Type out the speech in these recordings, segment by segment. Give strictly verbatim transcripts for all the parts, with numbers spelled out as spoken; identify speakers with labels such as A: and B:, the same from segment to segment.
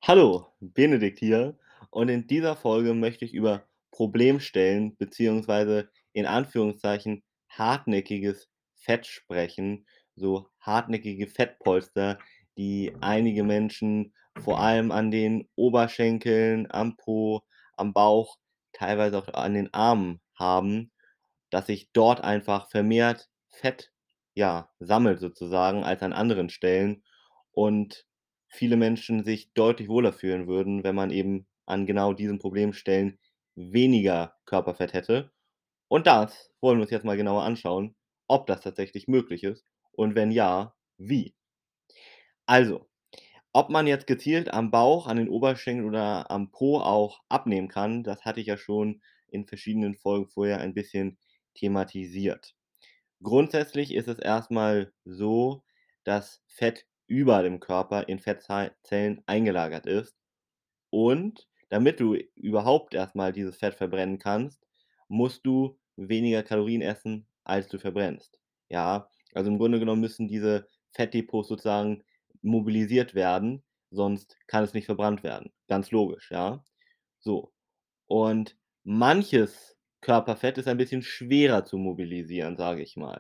A: Hallo, Benedikt hier und in dieser Folge möchte ich über Problemstellen beziehungsweise in Anführungszeichen hartnäckiges Fett sprechen, so hartnäckige Fettpolster, die einige Menschen vor allem an den Oberschenkeln, am Po, am Bauch, teilweise auch an den Armen haben, dass sich dort einfach vermehrt Fett, ja, sammelt sozusagen als an anderen Stellen und viele Menschen sich deutlich wohler fühlen würden, wenn man eben an genau diesen Problemstellen weniger Körperfett hätte. Und das wollen wir uns jetzt mal genauer anschauen, ob das tatsächlich möglich ist und wenn ja, wie. Also, ob man jetzt gezielt am Bauch, an den Oberschenkeln oder am Po auch abnehmen kann, das hatte ich ja schon in verschiedenen Folgen vorher ein bisschen thematisiert. Grundsätzlich ist es erstmal so, dass Fett überall im Körper in Fettzellen eingelagert ist und damit du überhaupt erstmal dieses Fett verbrennen kannst, musst du weniger Kalorien essen, als du verbrennst. Ja, also im Grunde genommen müssen diese Fettdepots sozusagen mobilisiert werden, sonst kann es nicht verbrannt werden. Ganz logisch, ja? So. Und manches Körperfett ist ein bisschen schwerer zu mobilisieren, sage ich mal.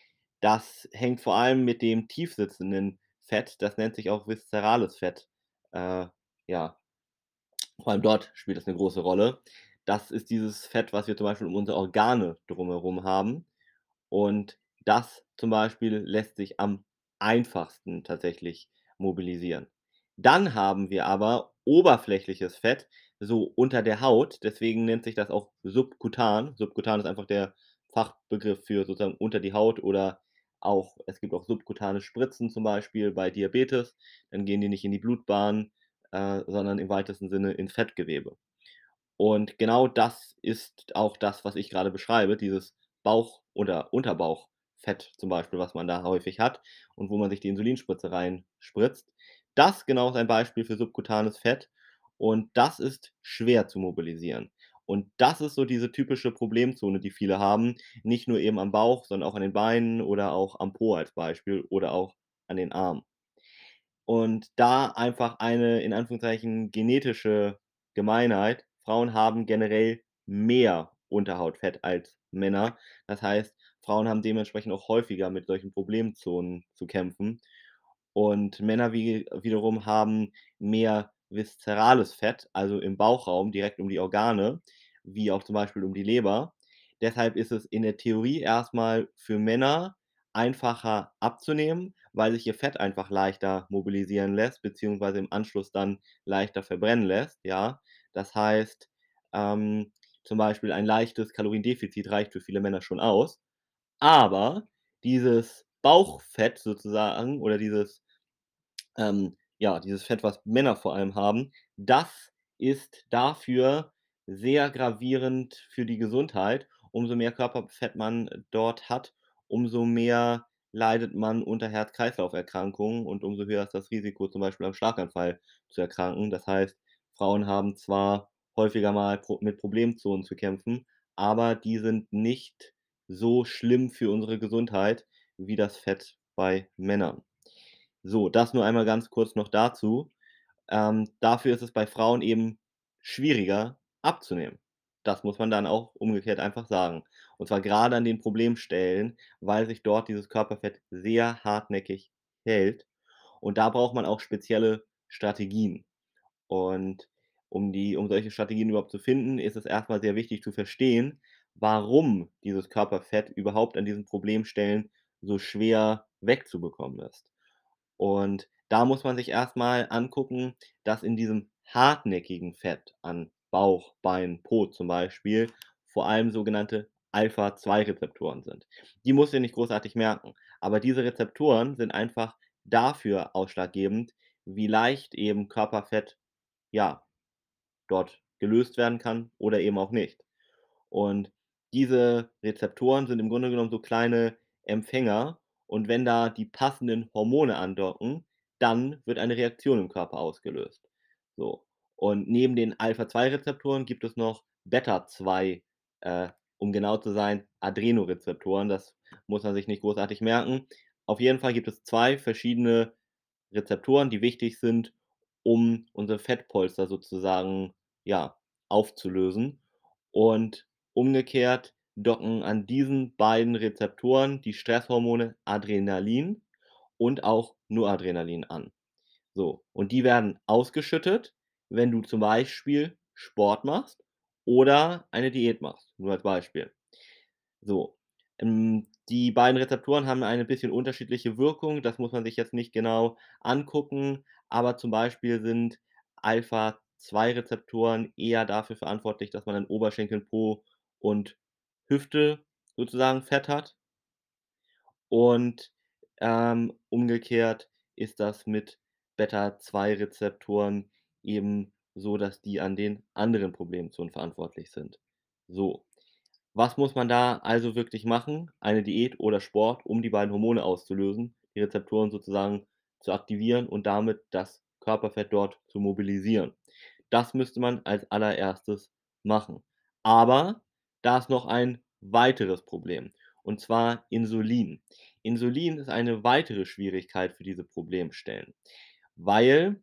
A: Das hängt vor allem mit dem tiefsitzenden Fett, das nennt sich auch viszerales Fett, äh, ja, vor allem dort spielt das 'ne große Rolle. Das ist dieses Fett, was wir zum Beispiel um unsere Organe drumherum haben. Und das zum Beispiel lässt sich am einfachsten tatsächlich mobilisieren. Dann haben wir aber oberflächliches Fett, so unter der Haut, deswegen nennt sich das auch subkutan. Subkutan ist einfach der Fachbegriff für sozusagen unter die Haut oder auch es gibt auch subkutane Spritzen zum Beispiel bei Diabetes, dann gehen die nicht in die Blutbahn, äh, sondern im weitesten Sinne ins Fettgewebe. Und genau das ist auch das, was ich grade beschreibe, dieses Bauch oder Unterbauchfett zum Beispiel, was man da häufig hat und wo man sich die Insulinspritze reinspritzt. Das genau ist ein Beispiel für subkutanes Fett und das ist schwer zu mobilisieren. Und das ist so diese typische Problemzone, die viele haben, nicht nur eben am Bauch, sondern auch an den Beinen oder auch am Po als Beispiel oder auch an den Armen. Und da einfach eine, in Anführungszeichen, genetische Gemeinheit. Frauen haben generell mehr Unterhautfett als Männer. Das heißt, Frauen haben dementsprechend auch häufiger mit solchen Problemzonen zu kämpfen. Und Männer wie wiederum haben mehr viszerales Fett, also im Bauchraum direkt um die Organe, wie auch zum Beispiel um die Leber. Deshalb ist es in der Theorie erst mal für Männer einfacher abzunehmen, weil sich ihr Fett einfach leichter mobilisieren lässt, beziehungsweise im Anschluss dann leichter verbrennen lässt, ja? Das heißt, ähm, zum Beispiel ein leichtes Kaloriendefizit reicht für viele Männer schon aus. Aber dieses Bauchfett sozusagen oder dieses ähm, ja, dieses Fett, was Männer vor allem haben, das ist dafür sehr gravierend für die Gesundheit. Umso mehr Körperfett man dort hat, umso mehr leidet man unter Herz-Kreislauf-Erkrankungen und umso höher ist das Risiko, zum Beispiel am Schlaganfall zu erkranken. Das heißt, Frauen haben zwar häufiger mal Pro mit Problemzonen zu kämpfen, aber die sind nicht so schlimm für unsere Gesundheit wie das Fett bei Männern. So, das nur einmal ganz kurz noch dazu. Ähm, dafür ist es bei Frauen eben schwieriger abzunehmen. Das muss man dann auch umgekehrt einfach sagen. Und zwar grade an den Problemstellen, weil sich dort dieses Körperfett sehr hartnäckig hält. Und da braucht man auch spezielle Strategien. Und um die um solche Strategien überhaupt zu finden, ist es erst mal sehr wichtig zu verstehen, warum dieses Körperfett überhaupt an diesen Problemstellen so schwer wegzubekommen ist. Und da muss man sich erst mal angucken, dass in diesem hartnäckigen Fett an Bauch, Beinen, Po zum Beispiel vor allem sogenannte Alpha zwei Rezeptoren sind. Die musst du dir nicht großartig merken, aber diese Rezeptoren sind einfach dafür ausschlaggebend, wie leicht eben Körperfett, ja, dort gelöst werden kann oder eben auch nicht. Und diese Rezeptoren sind im Grunde genommen so kleine Empfänger und wenn da die passenden Hormone andocken, dann wird eine Reaktion im Körper ausgelöst. So. Und neben den Alpha zwei Rezeptoren gibt es noch Beta zwei, äh, um genau zu sein, Adrenorezeptoren. Das muss man sich nicht großartig merken. Auf jeden Fall gibt es zwei verschiedene Rezeptoren, die wichtig sind, um unsere Fettpolster sozusagen, ja, aufzulösen. Und umgekehrt docken an diesen beiden Rezeptoren die Stresshormone Adrenalin und auch Noradrenalin an. So, und die werden ausgeschüttet, wenn du zum Beispiel Sport machst oder eine Diät machst, nur als Beispiel. So, ähm, die beiden Rezeptoren haben eine bisschen unterschiedliche Wirkung, das muss man sich jetzt nicht genau angucken, aber zum Beispiel sind Alpha zwei Rezeptoren eher dafür verantwortlich, dass man an Oberschenkeln, Po und Hüfte sozusagen Fett hat. Und, ähm, umgekehrt ist das mit Beta zwei Rezeptoren eben so, dass die an den anderen Problemzonen verantwortlich sind. So, was muss man da also wirklich machen? Eine Diät oder Sport, um die beiden Hormone auszulösen, die Rezeptoren sozusagen zu aktivieren und damit das Körperfett dort zu mobilisieren. Das müsste man als Allererstes machen. Aber da ist noch ein weiteres Problem, und zwar Insulin. Insulin ist eine weitere Schwierigkeit für diese Problemstellen, weil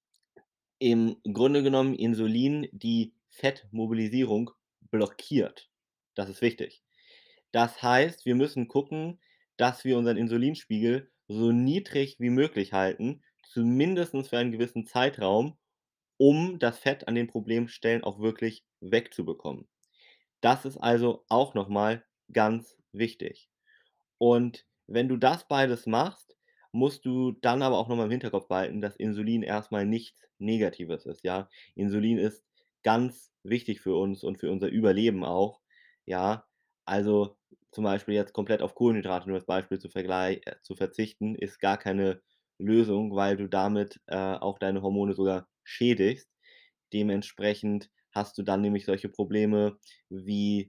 A: im Grunde genommen Insulin die Fettmobilisierung blockiert. Das ist wichtig. Das heißt, wir müssen gucken, dass wir unseren Insulinspiegel so niedrig wie möglich halten, zumindestens für einen gewissen Zeitraum, um das Fett an den Problemstellen auch wirklich wegzubekommen. Das ist also auch noch mal ganz wichtig. Und wenn du das beides machst, musst du dann aber auch noch mal im Hinterkopf behalten, dass Insulin erst mal nichts Negatives ist, ja? Insulin ist ganz wichtig für uns und für unser Überleben auch, ja? Also, zum Beispiel jetzt komplett auf Kohlenhydrate, nur als Beispiel zu verglei äh, zu verzichten, ist gar keine Lösung, weil du damit, äh, auch deine Hormone sogar schädigst. Dementsprechend hast du dann nämlich solche Probleme wie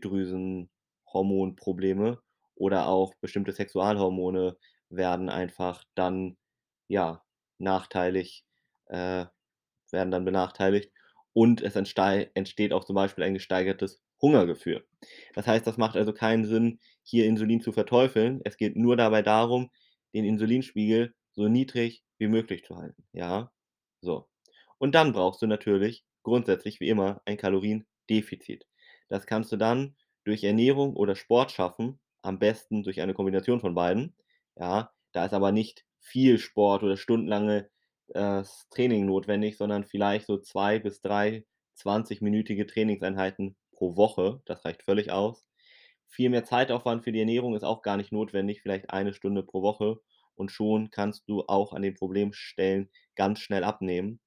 A: Schilddrüsenhormonprobleme oder auch bestimmte Sexualhormone werden einfach dann, ja, nachteilig äh, werden dann benachteiligt und es entstei entsteht auch zum Beispiel ein gesteigertes Hungergefühl. Das heißt, das macht also keinen Sinn, hier Insulin zu verteufeln. Es geht nur dabei darum, den Insulinspiegel so niedrig wie möglich zu halten, ja? So. Und dann brauchst du natürlich grundsätzlich wie immer ein Kaloriendefizit. Das kannst du dann durch Ernährung oder Sport schaffen, am besten durch eine Kombination von beiden, ja? Da ist aber nicht viel Sport oder stundenlange äh, Training notwendig, sondern vielleicht so zwei bis drei zwanzig-minütige Trainingseinheiten pro Woche. Das reicht völlig aus. Viel mehr Zeitaufwand für die Ernährung ist auch gar nicht notwendig, vielleicht eine Stunde pro Woche und schon kannst du auch an den Problemstellen ganz schnell abnehmen.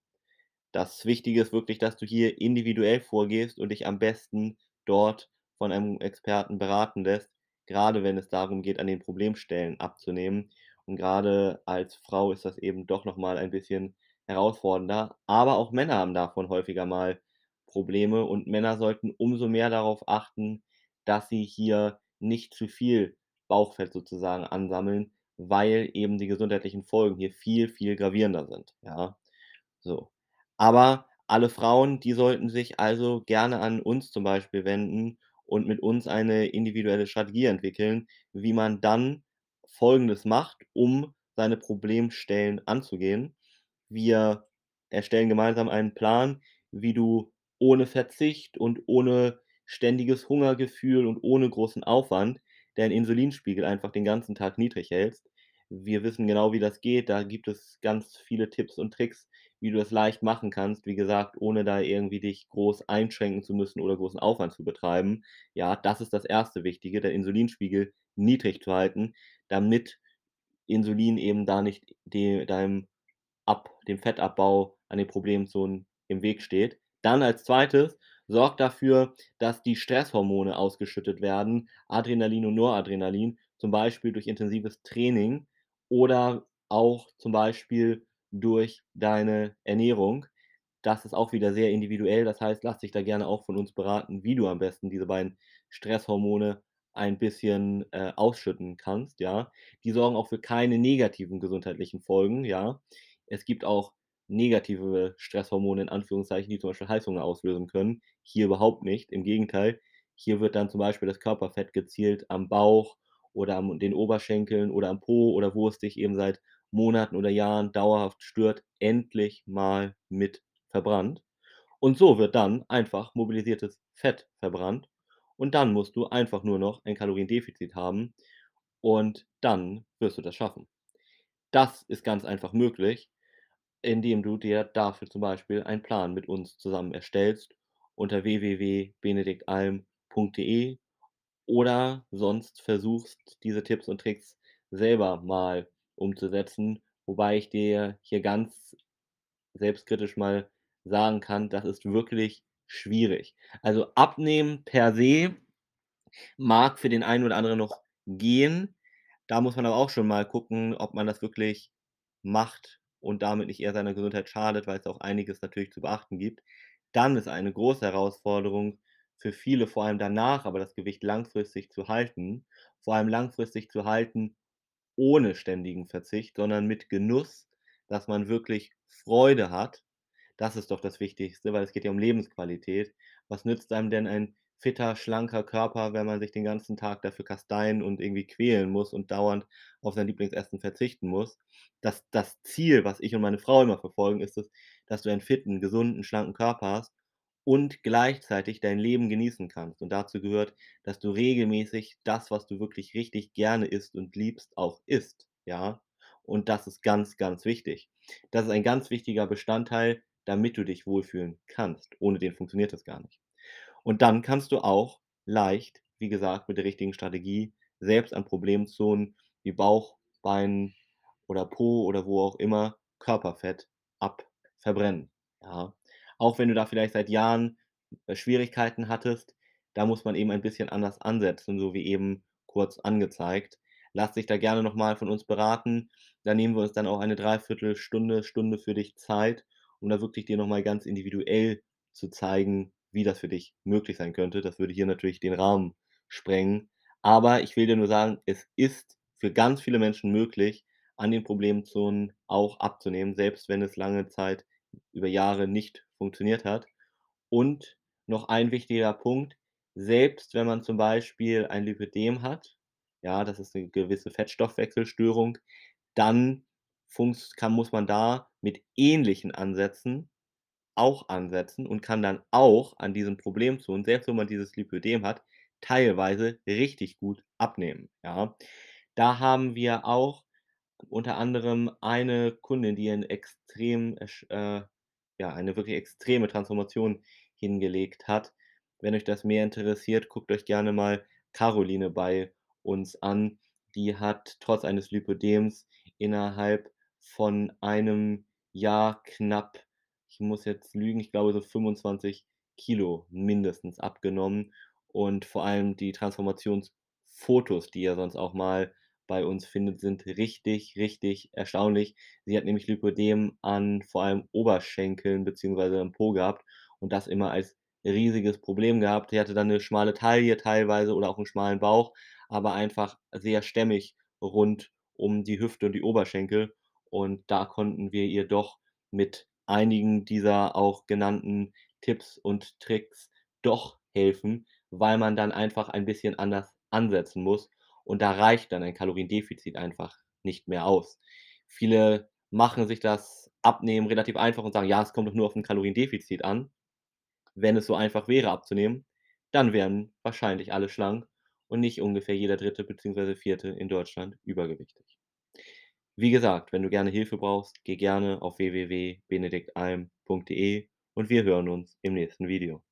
A: Das Wichtige ist wirklich, dass du hier individuell vorgehst und dich am besten dort von einem Experten beraten lässt, gerade wenn es darum geht, an den Problemstellen abzunehmen. Und gerade als Frau ist das eben doch noch mal ein bisschen herausfordernder, aber auch Männer haben davon häufiger mal Probleme und Männer sollten umso mehr darauf achten, dass sie hier nicht zu viel Bauchfett sozusagen ansammeln, weil eben die gesundheitlichen Folgen hier viel, viel gravierender sind, ja, so. Aber alle Frauen, die sollten sich also gerne an uns zum Beispiel wenden und mit uns eine individuelle Strategie entwickeln, wie man dann Folgendes macht, um seine Problemstellen anzugehen. Wir erstellen gemeinsam einen Plan, wie du ohne Verzicht und ohne ständiges Hungergefühl und ohne großen Aufwand deinen Insulinspiegel einfach den ganzen Tag niedrig hältst. Wir wissen genau, wie das geht. Da gibt es ganz viele Tipps und Tricks, wie du das leicht machen kannst. Wie gesagt, ohne da irgendwie dich groß einschränken zu müssen oder großen Aufwand zu betreiben. Ja, das ist das erste Wichtige, den Insulinspiegel niedrig zu halten, damit Insulin eben da nicht de deinem ab dem Fettabbau an den Problemzonen im Weg steht. Dann als Zweites sorg dafür, dass die Stresshormone ausgeschüttet werden, Adrenalin und Noradrenalin, zum Beispiel durch intensives Training oder auch zum Beispiel durch deine Ernährung. Das ist auch wieder sehr individuell. Das heißt, lass dich da gerne auch von uns beraten, wie du am besten diese beiden Stresshormone ein bisschen, äh, ausschütten kannst, ja? Die sorgen auch für keine negativen gesundheitlichen Folgen, ja? Es gibt auch negative Stresshormone in Anführungszeichen, die zum Beispiel Heißhunger auslösen können. Hier überhaupt nicht. Im Gegenteil, hier wird dann zum Beispiel das Körperfett gezielt am Bauch oder am den Oberschenkeln oder am Po oder wo es dich eben seit Monaten oder Jahren dauerhaft stört, endlich mal mit verbrannt. Und so wird dann einfach mobilisiertes Fett verbrannt und dann musst du einfach nur noch ein Kaloriendefizit haben und dann wirst du das schaffen. Das ist ganz einfach möglich, indem du dir dafür zum Beispiel einen Plan mit uns zusammen erstellst unter w w w punkt benediktalm punkt de oder sonst versuchst, diese Tipps und Tricks selber mal umzusetzen, wobei ich dir hier ganz selbstkritisch mal sagen kann, das ist wirklich schwierig. Also, Abnehmen per se mag für den einen oder anderen noch gehen. Da muss man aber auch schon mal gucken, ob man das wirklich macht und damit nicht eher seiner Gesundheit schadet, weil es auch einiges natürlich zu beachten gibt. Dann ist eine große Herausforderung für viele, vor allem danach aber das Gewicht langfristig zu halten, vor allem langfristig zu halten ohne ständigen Verzicht, sondern mit Genuss, dass man wirklich Freude hat. Das ist doch das Wichtigste, weil es geht ja um Lebensqualität. Was nützt einem denn ein fitter, schlanker Körper, wenn man sich den ganzen Tag dafür kasteien und irgendwie quälen muss und dauernd auf sein Lieblingsessen verzichten muss? Das das Ziel, was ich und meine Frau immer verfolgen, ist es, dass du einen fitten, gesunden, schlanken Körper hast und gleichzeitig dein Leben genießen kannst. Und dazu gehört, dass du regelmäßig das, was du wirklich richtig gerne isst und liebst, auch isst, ja? Und das ist ganz, ganz wichtig. Das ist ein ganz wichtiger Bestandteil, damit du dich wohlfühlen kannst. Ohne den funktioniert das gar nicht. Und dann kannst du auch leicht, wie gesagt, mit der richtigen Strategie selbst an Problemzonen wie Bauch, Beinen oder Po oder wo auch immer Körperfett abverbrennen, ja? Auch wenn du da vielleicht seit Jahren, äh, Schwierigkeiten hattest, da muss man eben ein bisschen anders ansetzen, so wie eben kurz angezeigt. Lass dich da gerne noch mal von uns beraten. Da nehmen wir uns dann auch eine Dreiviertel Stunde, Stunde für dich Zeit, um da wirklich dir noch mal ganz individuell zu zeigen, wie das für dich möglich sein könnte. Das würde hier natürlich den Rahmen sprengen. Aber ich will dir nur sagen, es ist für ganz viele Menschen möglich, an den Problemzonen auch abzunehmen, selbst wenn es lange Zeit über Jahre nicht funktioniert hat. Und noch ein wichtiger Punkt, selbst wenn man zum Beispiel ein Lipödem hat, ja, das ist 'ne gewisse Fettstoffwechselstörung, dann funks kann muss man da mit ähnlichen Ansätzen auch ansetzen und kann dann auch an diesen Problemzonen, selbst wenn man dieses Lipödem hat, teilweise richtig gut abnehmen, ja? Da haben wir auch unter anderem eine Kundin, die ein extrem esch äh, ja, eine wirklich extreme Transformation hingelegt hat. Wenn euch das mehr interessiert, guckt euch gerne mal Caroline bei uns an. Die hat trotz eines Lipödems innerhalb von einem Jahr knapp, ich muss jetzt lügen, ich glaube so fünfundzwanzig Kilo mindestens abgenommen und vor allem die Transformationsfotos, die ihr sonst auch mal bei uns findet, sind richtig, richtig erstaunlich. Sie hat nämlich Lipödem an vor allem Oberschenkeln beziehungsweise am Po gehabt und das immer als riesiges Problem gehabt. Sie hatte dann 'ne schmale Taille teilweise oder auch 'n schmalen Bauch, aber einfach sehr stämmig rund um die Hüfte und die Oberschenkel. Und da konnten wir ihr doch mit einigen dieser auch genannten Tipps und Tricks doch helfen, weil man dann einfach ein bisschen anders ansetzen muss. Und da reicht dann ein Kaloriendefizit einfach nicht mehr aus. Viele machen sich das Abnehmen relativ einfach und sagen: „Ja, es kommt doch nur auf 'n Kaloriendefizit an.“ Wenn es so einfach wäre abzunehmen, dann wären wahrscheinlich alle schlank und nicht ungefähr jeder Dritte beziehungsweise Vierte in Deutschland übergewichtig. Wie gesagt, wenn du gerne Hilfe brauchst, geh gerne auf w w w punkt benediktalm punkt de und wir hören uns im nächsten Video.